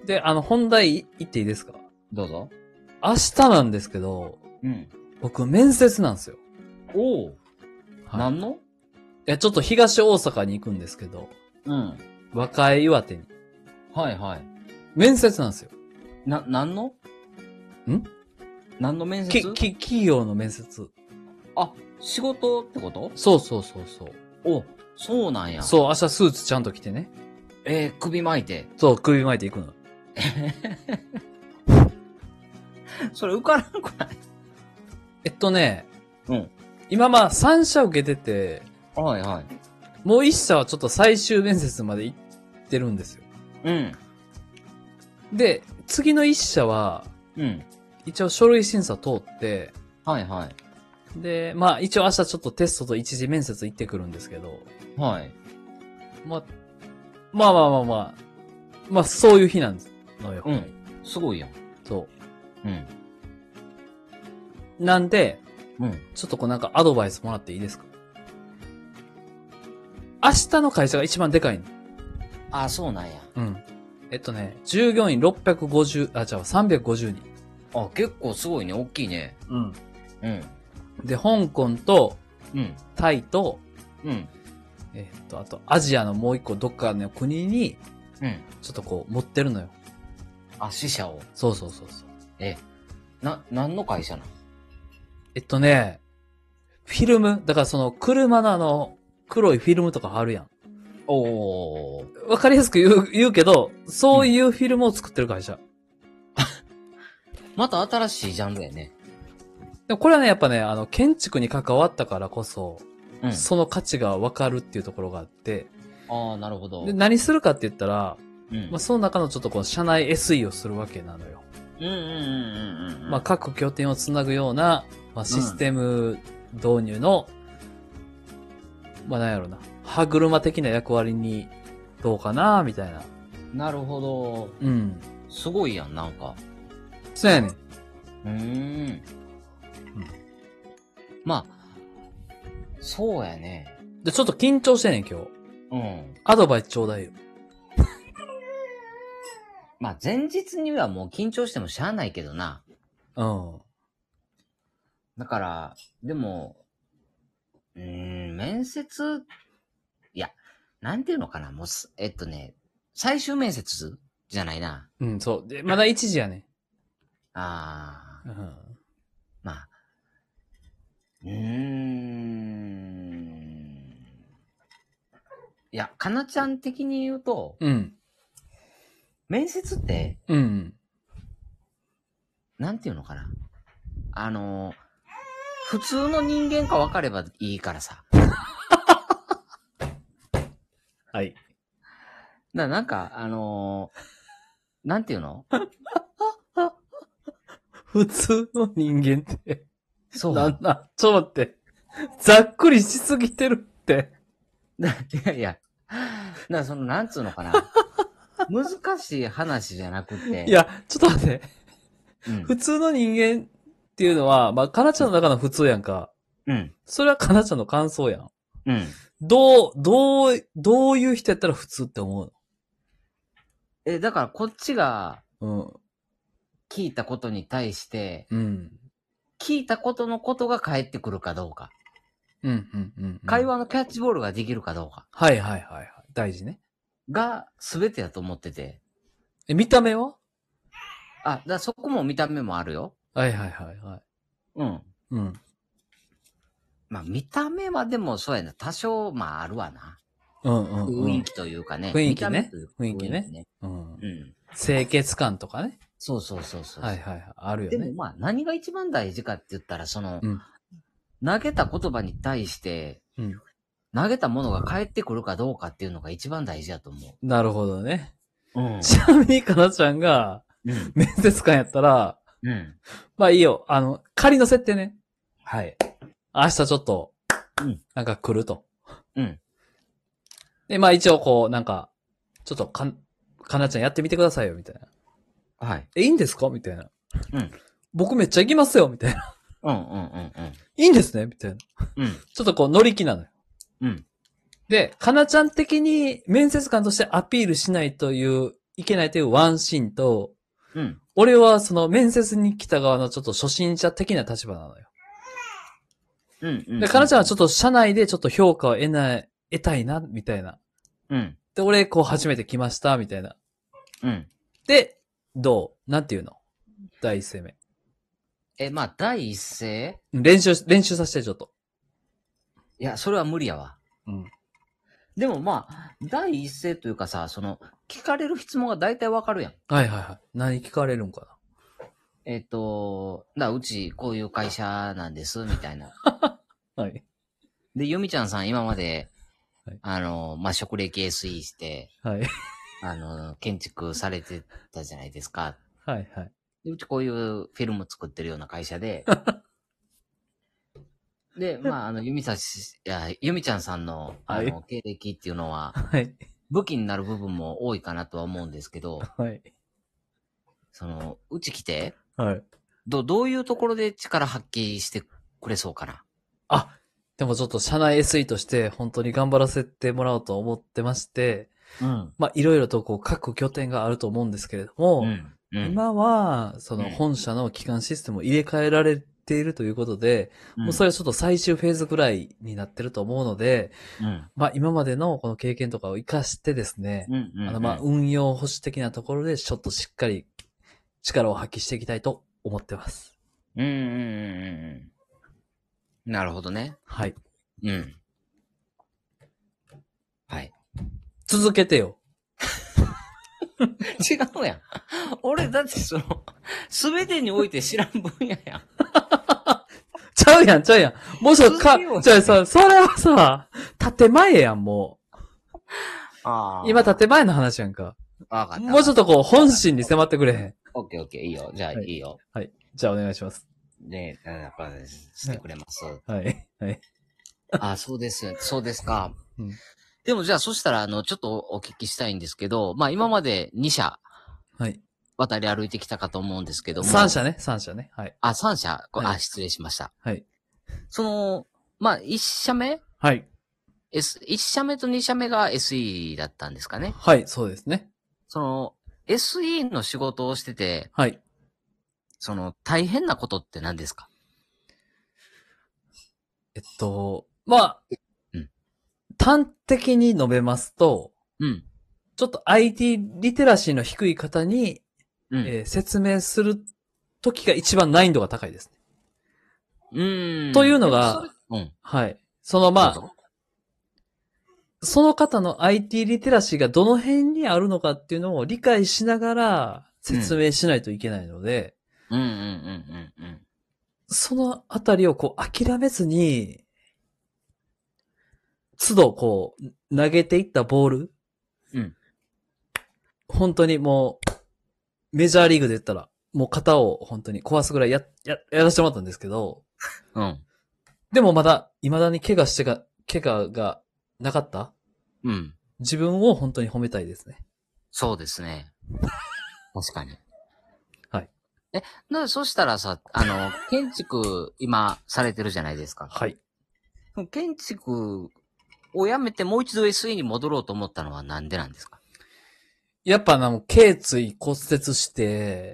で、本題言っていいですか？ どうぞ。 明日なんですけど、 うん。 僕、面接なんですよ。 おお。 はい。 何の？ いや、ちょっと東大阪に行くんですけど、 うん。 和歌山岩手に。 はいはい。 面接なんですよ。 何の？何の面接？ 企業の面接。 あ、仕事ってこと？ そうそうそうそう。 お、そうなんや。 そう、明日スーツちゃんと着てね。 首巻いて。 そう、首巻いていくの。 それ受からんくない？うん。 今まあ3社受けてて、 はいはい。 もう1社はちょっと最終面接まで行ってるんですよ。 うん。 で、次の1社は、 うん。 一応書類審査通って、 はいはい。 で、まあ一応明日ちょっとテストと一次面接行ってくるんですけど、 はい。 まあ、まあまあまあまあ、まあそういう日なんですのよ。 うん。すごいやん。 そうん。 う。なんで、 うん。 ちょっとこうなんかアドバイスもらっていいですか？明日の会社が一番でかいの。 あ、そうなんや。 うん。従業員650、350人。 あ、結構すごいね。大きいね。 うん。 うん。 で、香港と、 うん。 タイと、 うん。 あと、アジアのもう一個どっかの国に、 うん。 ちょっとこう、持ってるのよ。 あ、死者を。 そうそうそうそう。 何の会社なの？ フィルムだからその、車の黒いフィルムとかあるやん。 おー。 わかりやすく言うけど、そういうフィルムを作ってる会社。 また新しいジャンルやね。 でもこれはね、やっぱね、建築に関わったからこそ、 うん。 その価値がわかるっていうところがあって、 ああ、なるほど。 で、何するかって言ったら、 うん。 まあ、その中のちょっとこう、社内 SE をするわけなのよ。 うんうんうんうんうん。 まあ、各拠点をつなぐような、まあ、システム導入の、まあ、なんやろな、歯車的な役割に、どうかな、みたいな。 なるほど。 うん。 すごいやん、なんか。 そうやねん。 まあ、そうやね。 で、ちょっと緊張してんねん、今日。 うん。 アドバイスちょうだいよ。 まあ、前日にはもう緊張してもしゃあないけどな。 うん。 だから、でも、面接、いや、なんていうのかな、もう最終面接じゃないな。 うん、そう。で、まだ1時やねああ、 ん。うん。 まあ、いや、かなちゃん的に言うと、 うん。 面接って、 うん。 なんていうのかな。普通の人間か分かればいいからさ。 はい。 なんか、なんていうの？ 普通の人間って、 そう。 なんだ、ちょっと待って。ざっくりしすぎてるって。 いやいや、なんつうのかな。難しい話じゃなくて。 いや、ちょっと待って。 うん。 普通の人間っていうのは、まあ、かなちゃんの中の普通やんか。 うん。 それはかなちゃんの感想やん。 うん。 どういう人やったら普通って思うだからこっちがの？ 聞いたことに対して、 うん。うん。 聞いたことのことが返ってくるかどうか。 うん、うん、うん。 会話のキャッチボールができるかどうか。 はいはいはいはい。大事ね。 が全てだと思ってて。 見た目は？ だからそこも見た目もあるよ。 はいはいはいはい。 うん。 うん。 まあ見た目はでもそうやな。多少まああるわな。 うんうんうん。 雰囲気というかね。 雰囲気ね見た目というか。 雰囲気ね。うん。 うん。 清潔感とかね。 そうそうそうそう。 はいはいはい。あるよね。 でもまあ何が一番大事かって言ったら、 うん。 投げた言葉に対して、 うん。 投げたものが返ってくるかどうかっていうのが一番大事だと思なるほどね。 う。うん。 ちなみにかなちゃんが、 うん。 面接官やったら、 うん。 まあいいよ。仮の設定ね。 はい。 明日ちょっと、 うんなんか来ると。 うん。 で、まあ一応こう、なんか、ちょっとかなちゃんやってみてくださいよ、みたいな。 はい。 いいんですかみたいな。 うん。 僕めっちゃ行きますよ、みたいな。 うんうんうんいいんですねみたいな。 うん。うん。 ちょっとこう乗り気なのよ。 うん。 で、かなちゃん的に面接官としてアピールしないといういけないというワンシーンと、 うん。 俺はその面接に来た側のちょっと初心者的な立場なのよ。 うん。うん。 で、かなちゃんはちょっと社内でちょっと評価を得たいな、みたいな。 うん。 で、俺こう初めて来ました、みたいな。 うん。 で、どうなんていうの第一声目。 まあ、第一声練習させて、ちょっと。 いや、それは無理やわ。 うん。 でもまあ、第一声というかさ、聞かれる質問が大体わかるやん。 はいはいはい。何聞かれるんかうちこういう会社なんです、みたいな。 な。はい。 で、ゆみちゃんさん今まで、 はいまあ、職歴 SE して、 はい。 建築されてたじゃないですか。 はいはい。 でうちこういうフィルム作ってるような会社で、で、まあ、ゆみちゃんさんの、 はい経歴っていうのは、 はい。 武器になる部分も多いかなとは思うんですけど、 はい。 うち来て、 はい。 どういうところで力発揮してくれそうかな。 あ、でもちょっと社内 SE として本当に頑張らせてもらおうと思ってまして、 うん。 まあいろいろとこう各拠点があると思うんですけれども、 うん。うん。 今はそのうん本社の基幹システムを入れ替えられているということで、 うん、 もうそれはちょっと最終フェーズぐらいになってると思うので、 うん。 まあ今までのこの経験とかを活かしてですね、 うん。うん。 まあ運用保守的なところでちょっとしっかり力を発揮していきたいと思ってます。 うん。うん。うん。なるほどね。 はい。 うん。はい。 続けてよ。 違うやん。俺、だってすべてにおいて知らん分野やん。 ちゃうやん。もうちょっと続けようじゃあさ、それはさ、建前やん、もあう。今建前の話やんか。 わかった。 もうちょっとこう、本心に迫ってくれへん。 オッケーオッケー、いいよ。じゃあ、 はいいいよ。 はい。じゃあお願いします。 で、やっぱしてくれます。 はい。はい。 そうです。そうですか。 うんでもじゃあ、そしたら、ちょっとお聞きしたいんですけど、まあ、今まで2社はい。 渡り歩いてきたかと思うんですけども。 3社ね。3社ね。はい。 3社、 はい失礼しました。 はい。 まあ、1社目はい。 1社目と2社目が SE だったんですかね。 はい、そうですね。 SE の仕事をしてて、 はい。 大変なことって何ですか？ まあ、 うん端的に述べますと、 うん。 ちょっと IT リテラシーの低い方に、 うん。 説明するときが一番難易度が高いですね。というのが、はい。 どうぞその方の IT リテラシーがどの辺にあるのかっていうのを理解しながら説明しないといけないので、 うんうんうんうんうん。 そのあたりをこう諦めずに、都度こう投げていったボール、 うん本当にもうメジャーリーグで言ったらもう肩を本当に壊すぐらいやらせてもらったんですけど、 うん。 でも未だに怪我がなかったうん。 自分を本当に褒めたいですね。 そうですね。確かに。 はい。 そしたらさ、建築今されてるじゃないですか。 はい。 建築をやめてもう一度 SE に戻ろうと思ったのはなんでなんですか？ やっぱ頸椎骨折して、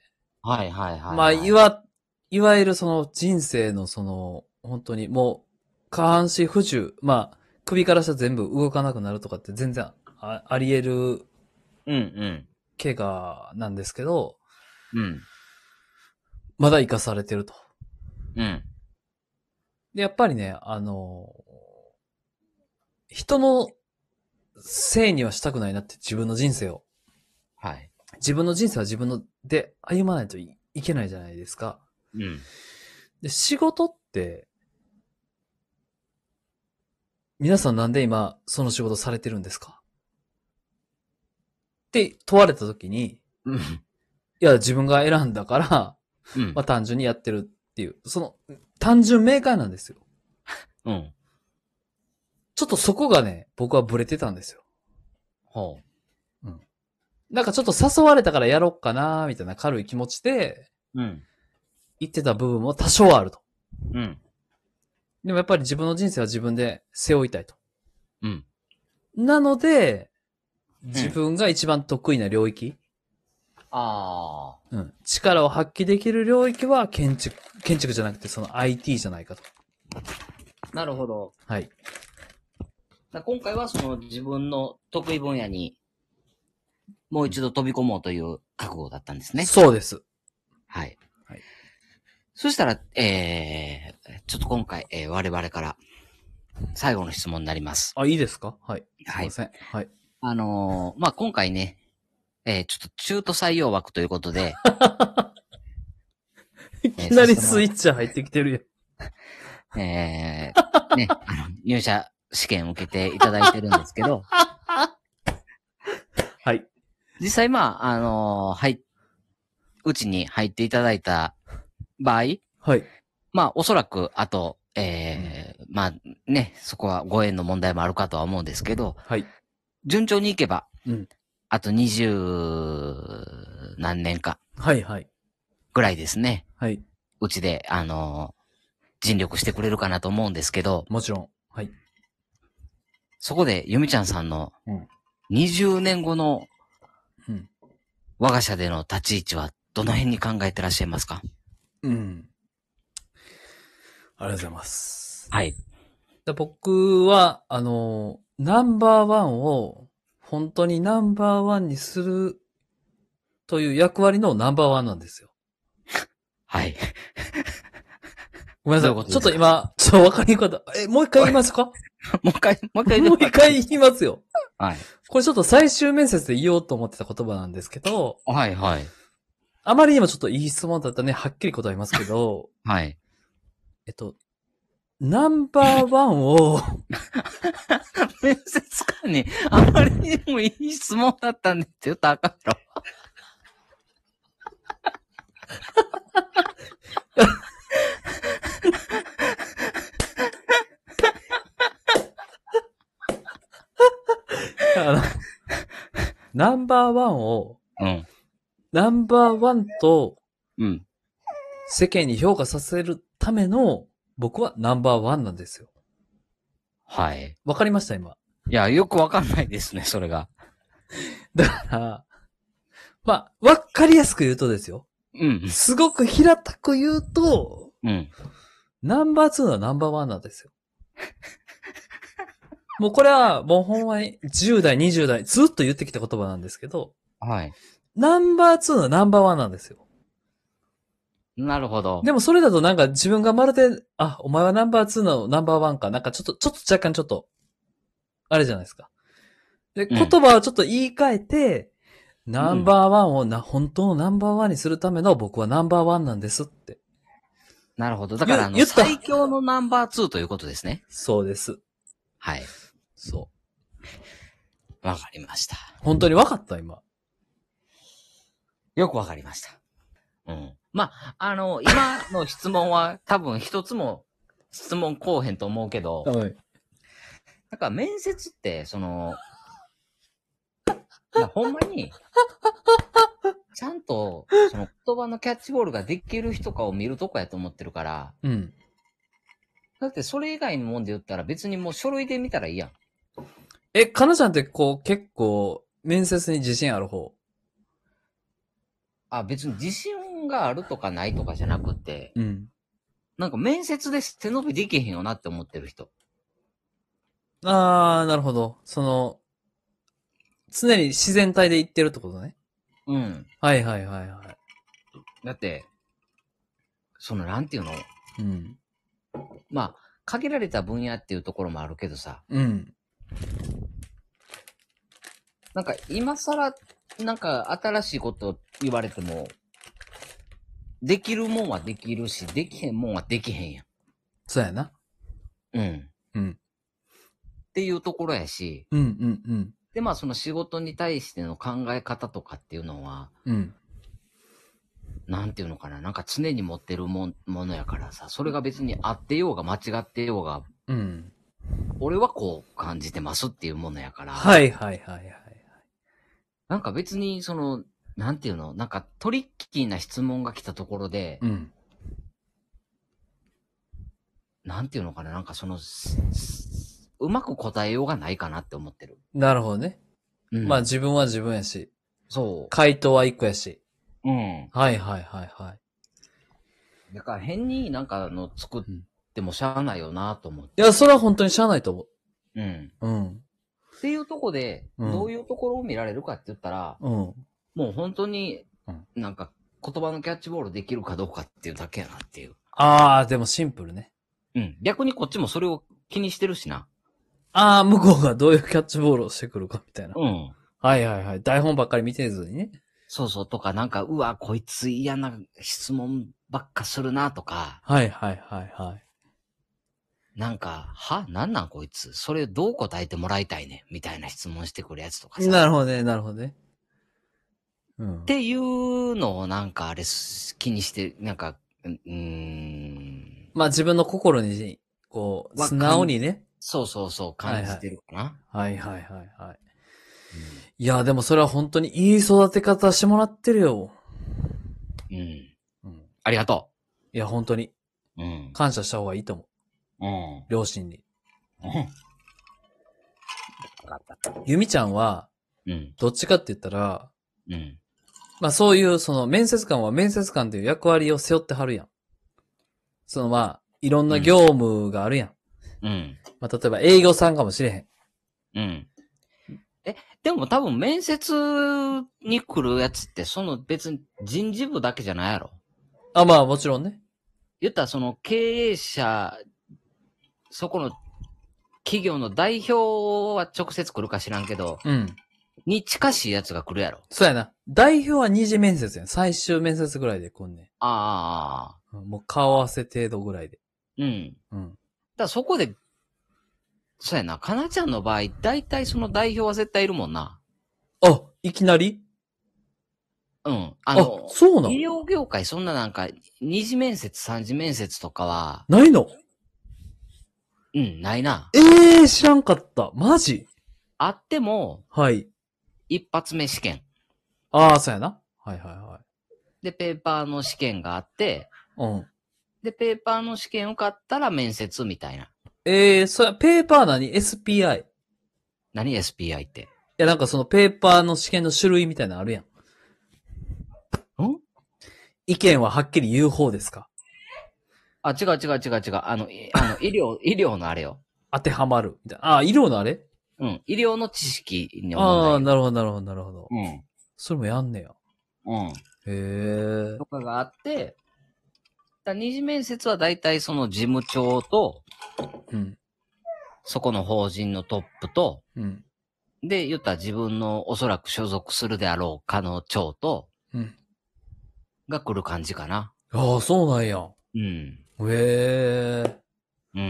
はいはいはい、 まあ、いわゆるその人生の本当にもう、下半身不自由、まあ、首から下全部動かなくなるとかって全然あり得るうんうん。 怪我なんですけど、 うん。 まだ生かされてると。 うん。 で、やっぱりね、人のせいにはしたくないなって自分の人生を。 はい。 自分の人生は自分ので歩まないといけないじゃないですか。 うん。 で、仕事って、皆さんなんで今その仕事されてるんですかって問われたときに、 うん。 いや、自分が選んだから、 うん。 まあ単純にやってるっていう、単純明快なんですよ。 うん。 ちょっとそこがね、僕はブレてたんですよ。 ほなんかちょっと誘われたからやろっかなみたいな軽い気持ちでう。うん。 言ってた部分も多少あると。 うん。 でもやっぱり自分の人生は自分で背負いたいと。 うん。 なので、自分が一番得意な領域、 あうん。力を発揮できる領域は建築じゃなくてその IT じゃないかと。 あ、なるほど。 はい。 今回はその自分の得意分野にもう一度飛び込もうという覚悟だったんですね。 そうです。 はい。 はい。 そしたら、ちょっと今回、我々から最後の質問になります。 あ、いいですか？はい。すはい。 いません。はい。 まあ、今回ね、ちょっと中途採用枠ということで、 いきなりスイッチ入ってきてるよ。 ね、入社試験受けていただいてるんですけど、 はい。 実際まあ、うちに入っていただいた場合、 はい。 まあ、おそらく、あと、まあね、そこはご縁の問題もあるかとは思うんですけど、 はい。 順調にいけば、 うん。 あと20何年かはいはい。 ぐらいですね。 はい。 うちで、尽力してくれるかなと思うんですけど、 もちろん。はい。 そこで、ゆみちゃんさんのうん。 20年後のうん。 我が社での立ち位置はどの辺に考えてらっしゃいますか？ うん。ありがとうございます。 はい。 僕は、ナンバーワンを本当にナンバーワンにするという役割のナンバーワンなんですよ。 はい。 ごめんなさい。ちょっどういうことですか？ と今、わかりにくかった。もう一回言いますか？ もう一回もう一回言いますよ。 はい。 これちょっと最終面接で言おうと思ってた言葉なんですけど、 はい、はい。 あまりにもちょっといい質問だったね。はっきり答えますけど、 はい。 ナンバーワンを、 面接官にあまりにもいい質問だったんでって言ったらあかんやろ。 あのナンバーワンを、 うん。 ナンバーワンとうん。 世間に評価させるための、僕はナンバーワンなんですよ。 はい。 わかりました今。 いや、よくわかんないですね、それが。 だから、まあ、わかりやすく言うとですよ。 うん。 すごく平たく言うと、 うん。 ナンバーツーはナンバーワンなんですよ。もうこれは、もうほんまに10代、20代、ずっと言ってきた言葉なんですけど、 はい。 ナンバーツーのナンバーワンなんですよ。 なるほど。 でもそれだとなんか自分がまるで、あ、お前はナンバーツーのナンバーワンか。なんかちょっと若干ちょっと、あれじゃないですか。で、 うん言葉をちょっと言い換えて、ナンうん。 バーワンを本当のナンバーワンにするための僕はナンバーワンなんですって。 なるほど。だから、 言った。 最強のナンバー2ということですね。 そうです。 はい。 そわかりました。 う。本当に分かった今。 よくわかりました。うん。まあ、今の質問は多分一つも質問こうへんと思うけど、 はい。 なんか面接って、いやほんまに、ちゃんと、その言葉のキャッチボールができる人かを見るとこやと思ってるから、 うん。 だってそれ以外のもんで言ったら別にもう書類で見たらいいやん。 かなちゃんってこう結構面接に自信ある方？ あ、別に自信があるとかないとかじゃなくて、 うん。 なんか面接で背伸びできへんよなって思ってる人。 あー、なるほど。常に自然体で言ってるってことね。 うん。 はいはいはいはい。 だって、なんていうのうん。 まあ、限られた分野っていうところもあるけどさ、 うん。 なんか今更、なんか新しいこと言われても、できるもんはできるし、できへんもんはできへんやん。 そうやな。 うん。 うん。 っていうところやし、 うんうんうん。 で、まあその仕事に対しての考え方とかっていうのは、 うん。 なんていうのかな、なんか常に持ってるものやからさ、それが別に合ってようが間違ってようが、 うん。 俺はこう感じてますっていうものやから、 はいはいはいはい。 なんか別になんていうの、なんかトリッキーな質問が来たところで、 うん。 なんていうのかな、なんかうまく答えようがないかなって思ってる。 なるほどね。 うん。 まあ自分は自分やし。 そ回答は1個やし。 う。うん。 はいはいはいはい。 だから変になんか作ってもしゃあないよなと思って。 いや、それは本当にしゃあないと思うん。 う。うん。 っていうとこで、 うんどういうところを見られるかって言ったら、 うん。 もう本当にうん、 なんか言葉のキャッチボールできるかどうかっていうだけやなっていう。 ああ、でもシンプルね。 うん。逆にこっちもそれを気にしてるしな。 ああ、向こうがどういうキャッチボールをしてくるかみたいな。 うん。 はいはいはい。台本ばっかり見てずにね。 そうそう。とか、なんか、うわ、こいつ嫌な質問ばっかするなとか、 はいはいはいはい。 なんか、なんなんこいつ。それどう答えてもらいたいねみたいな質問してくるやつとかさ。 なるほどね、なるほどね。うん。 っていうのをなんかあれ気にして、なんか、 まあ自分の心に、こう、素直にね。 そうそうそう、感じてるかな。 はいはいはいはい。 うん、 いや、でもそれは本当にいい育て方してもらってるよ。 うん。 うん。 ありがといや、本当に。 う。うん。 感謝した方がいいと思う。 うん。 両親に。 うん。わかった。 ゆみちゃんは、 うん。 どっちかって言ったら、 うん。 まあそういうその面接官は面接官という役割を背負ってはるやん。そのまあ、いろんな業務があるやん。 うん。 まあ例えば営業さんかもしれへん。 うん。でも多分面接に来るやつってその別に人事部だけじゃないやろ。 あ、まあもちろんね。 言ったらその経営者、そこの企業の代表は直接来るか知らんけど、 うん。 に近しいやつが来るやろ。 そうやな。代表は二次面接やん。最終面接ぐらいで来んねああ。 ん。もう顔合わせ程度ぐらいで。 うん。 うん。 だからそこで、そうやな、かなちゃんの場合、大体その代表は絶対いるもんな。 あ、いきなりうん。 そうなの医療業界そんななんか、二次面接、三次面接とかは、 ないのうん、ないな。 知らんかった。マジあっても、 はい。 一発目試験。 ああ、そうやな。はいはいはい。 で、ペーパーの試験があって、 うん。 で、ペーパーの試験受かったら面接みたいな。 それ、ペーパー何 ?SPI。い何 SPI って。 や、なんかそのペーパーの試験の種類みたいなのあるやん。意見ははっきり言う方ですかあ、違う。医療のあれよ。 当てはまる。みたいな。あ、医療のあれうん。医療の知識の問ああ、 題。 なるほどなるほどなるほど。 うん。 それもやんねや。 うん。 へえと。かがあって、二次面接は大体その事務長と、 うん。 そこの法人のトップと、 うん。 で、言ったら自分のおそらく所属するであろう課の長と、 うん。 が来る感じかな。 ああ、そうなんや。 うん。 へえ。 うん。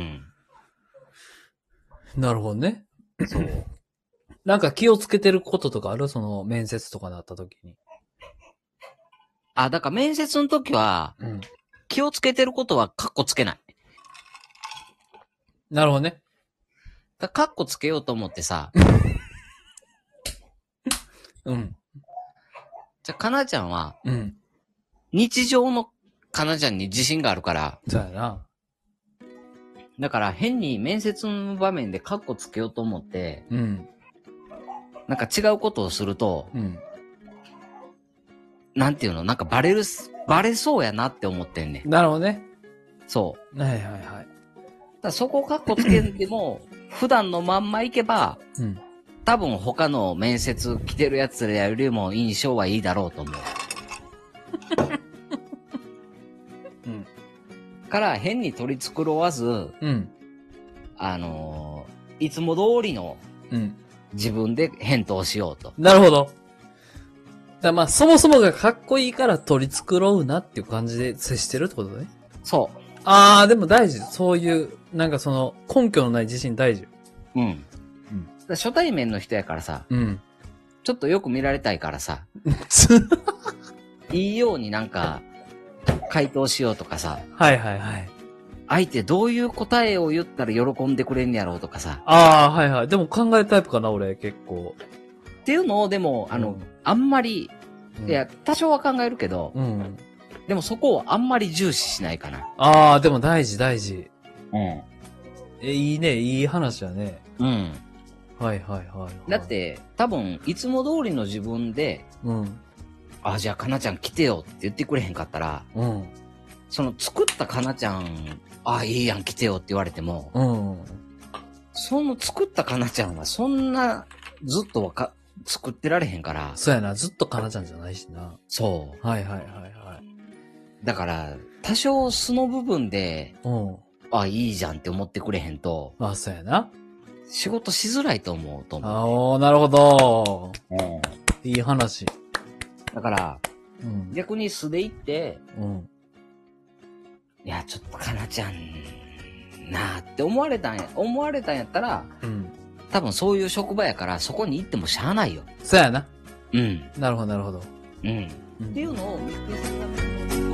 なるほどね。 そう。 なんか気をつけてることとかあるその面接とかなった時に。 あ、だから面接の時は、 うん。 気をつけてることはカッコつけない。 なるほどね。 カッコつけようと思ってさ、 うん。 じゃあ、かなちゃんは、 うん。 日常のかなちゃんに自信があるから、 そうやな。 だから変に面接の場面でカッコつけようと思って、 うん。 なんか違うことをすると、 うん。 なんていうの、なんかバレそうやなって思ってんねん。 なるほどね。 そう。 はいはいはい。 だからそこをカッコつけんでも、普段のまんまいけば、 うん。 多分他の面接来てるやつらよりも印象はいいだろうと思う。 うん。 から変に取り繕わず、 うん。 いつも通りのうん。 自分で返答しようと。 なるほど。だまあ、そもそもがかっこいいから取り繕うなっていう感じで接してるってことね。 そあー、でも大事。そういう、なんかその、根拠のない自信大事。 う。うん。 うんだ初対面の人やからさ、 うん。 ちょっとよく見られたいからさ、いいようになんか、回答しようとかさ、 はいはいはい。 相手どういう答えを言ったら喜んでくれんやろうとかさ、 あー、はいはい。でも考えるタイプかな、俺、結構。 っていうのをでも、あんまり、いや、多少は考えるけど、 うん。 でもそこをあんまり重視しないかな。 あー、でも大事大事。 うん。 いいね、いい話だね。 うん。 はいはいはい、はい。 だって、多分、いつも通りの自分で、 うん。 あ、じゃあ、かなちゃん来てよって言ってくれへんかったら、 うん。 その作ったかなちゃん、あ、いいやん来てよって言われても、 うん。 その作ったかなちゃんはそんなずっと作ってられへんから。 そうやな。ずっとかなちゃんじゃないしな。 そはいはいはいはい。 う。だから、多少素の部分で、 うん。 あ、いいじゃんって思ってくれへんと、 まあ、そうやな。 仕事しづらいと思うと思ああ、なるほど。 う。うん。 いい話。 だから、 うん。 逆に素で行って、 うん。 いや、ちょっとかなちゃん、なあって思われたんやったら、 うん。 多分そういう職場やからそこに行ってもしゃあないよ。 そうやな。 うん。 なるほどなるほど。 うん。 うんっていうのを見つけるための